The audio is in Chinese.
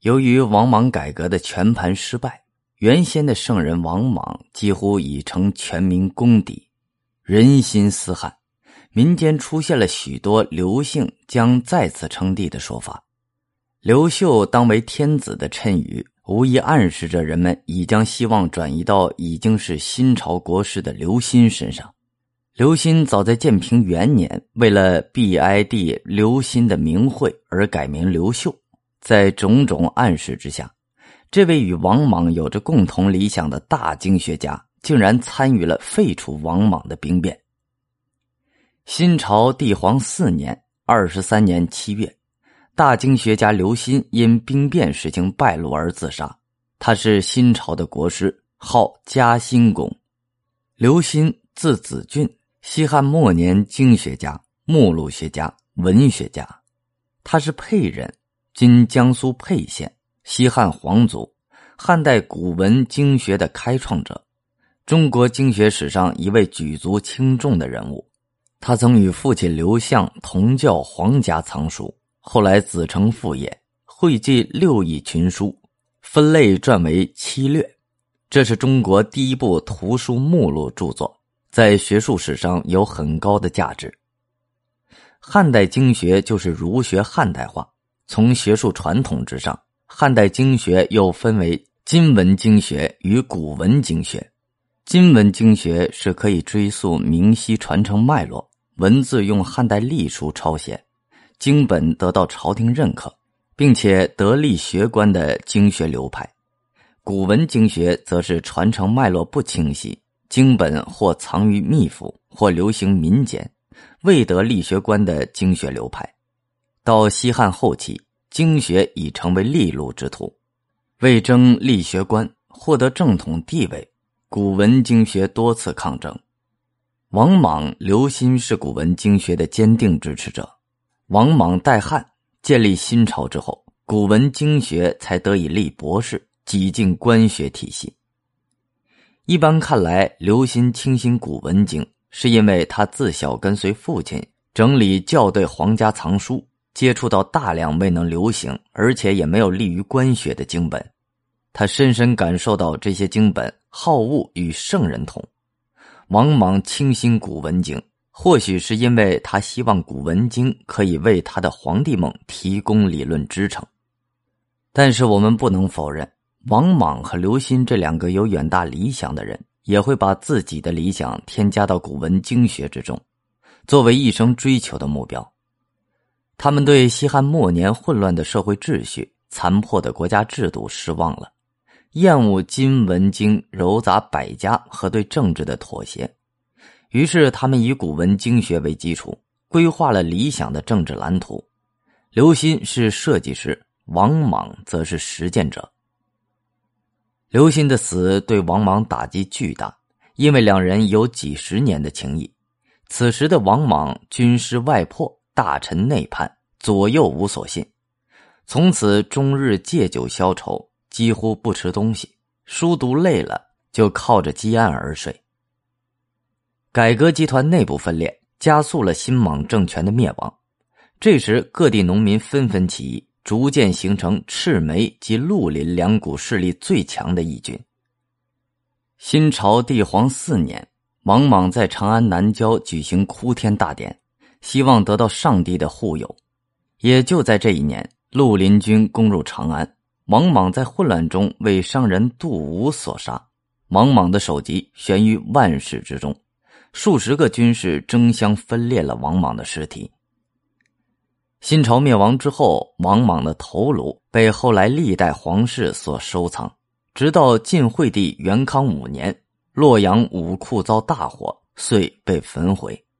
由于王莽改革的全盘失败，原先的圣人王莽几乎已成全民公敌，人心思汉，民间出现了许多刘姓将再次称帝的说法。刘秀当为天子的谶语，无疑暗示着人们已将希望转移到已经是新朝国师的刘歆身上。刘歆早在建平元年，为了避哀帝刘歆的名讳而改名刘秀。在种种暗示之下，这位与王莽有着共同理想的大经学家竟然参与了废除王莽的兵变。新朝帝皇4年23年7月，大经学家刘歆因兵变事情败露而自杀。他是新朝的国师，号嘉兴公。刘歆字子俊，西汉末年经学家、目录学家、文学家。他是沛人，今江苏沛县，西汉皇族，汉代古文经学的开创者，中国经学史上一位举足轻重的人物。他曾与父亲刘向同教皇家藏书，后来子承父业，汇集6亿群书，分类撰为《七略》，这是中国第一部图书目录著作，在学术史上有很高的价值。汉代经学就是儒学汉代化，从学术传统之上，汉代经学又分为今文经学与古文经学。今文经学是可以追溯明晰传承脉络，文字用汉代隶书抄写，经本得到朝廷认可，并且得力学官的经学流派。古文经学则是传承脉络不清晰，经本或藏于秘府，或流行民间，未得力学官的经学流派。到西汉后期，经学已成为利禄之徒，为争力学官获得正统地位，古文经学多次抗争。王莽、刘歆是古文经学的坚定支持者。王莽代汉建立新朝之后，古文经学才得以立博士，挤进官学体系。一般看来，刘歆倾心古文经，是因为他自小跟随父亲整理校对皇家藏书，接触到大量未能流行而且也没有利于官学的经本。他深深感受到这些经本好恶与圣人同。王莽倾心古文经，或许是因为他希望古文经可以为他的皇帝梦提供理论支撑。但是我们不能否认，王莽和刘歆这两个有远大理想的人，也会把自己的理想添加到古文经学之中，作为一生追求的目标。他们对西汉末年混乱的社会秩序、残破的国家制度失望了，厌恶今文经糅杂百家和对政治的妥协，于是他们以古文经学为基础，规划了理想的政治蓝图。刘歆是设计师，王莽则是实践者。刘歆的死对王莽打击巨大，因为两人有几十年的情谊。此时的王莽军师外破，大臣内叛，左右无所信，从此终日借酒消愁，几乎不吃东西，书读累了就靠着积案而睡。改革集团内部分裂，加速了新莽政权的灭亡。这时各地农民纷纷起义，逐渐形成赤眉及绿林两股势力最强的义军。新朝帝皇4年，王莽在长安南郊举行哭天大典，希望得到上帝的护佑。也就在这一年，绿林军攻入长安，王莽在混乱中为商人杜吴所杀，王莽的首级悬于万世之中，数十个军士争相分裂了王莽的尸体。新朝灭亡之后，王莽的头颅被后来历代皇室所收藏，直到晋惠帝元康5年，洛阳武库遭大火，遂被焚毁。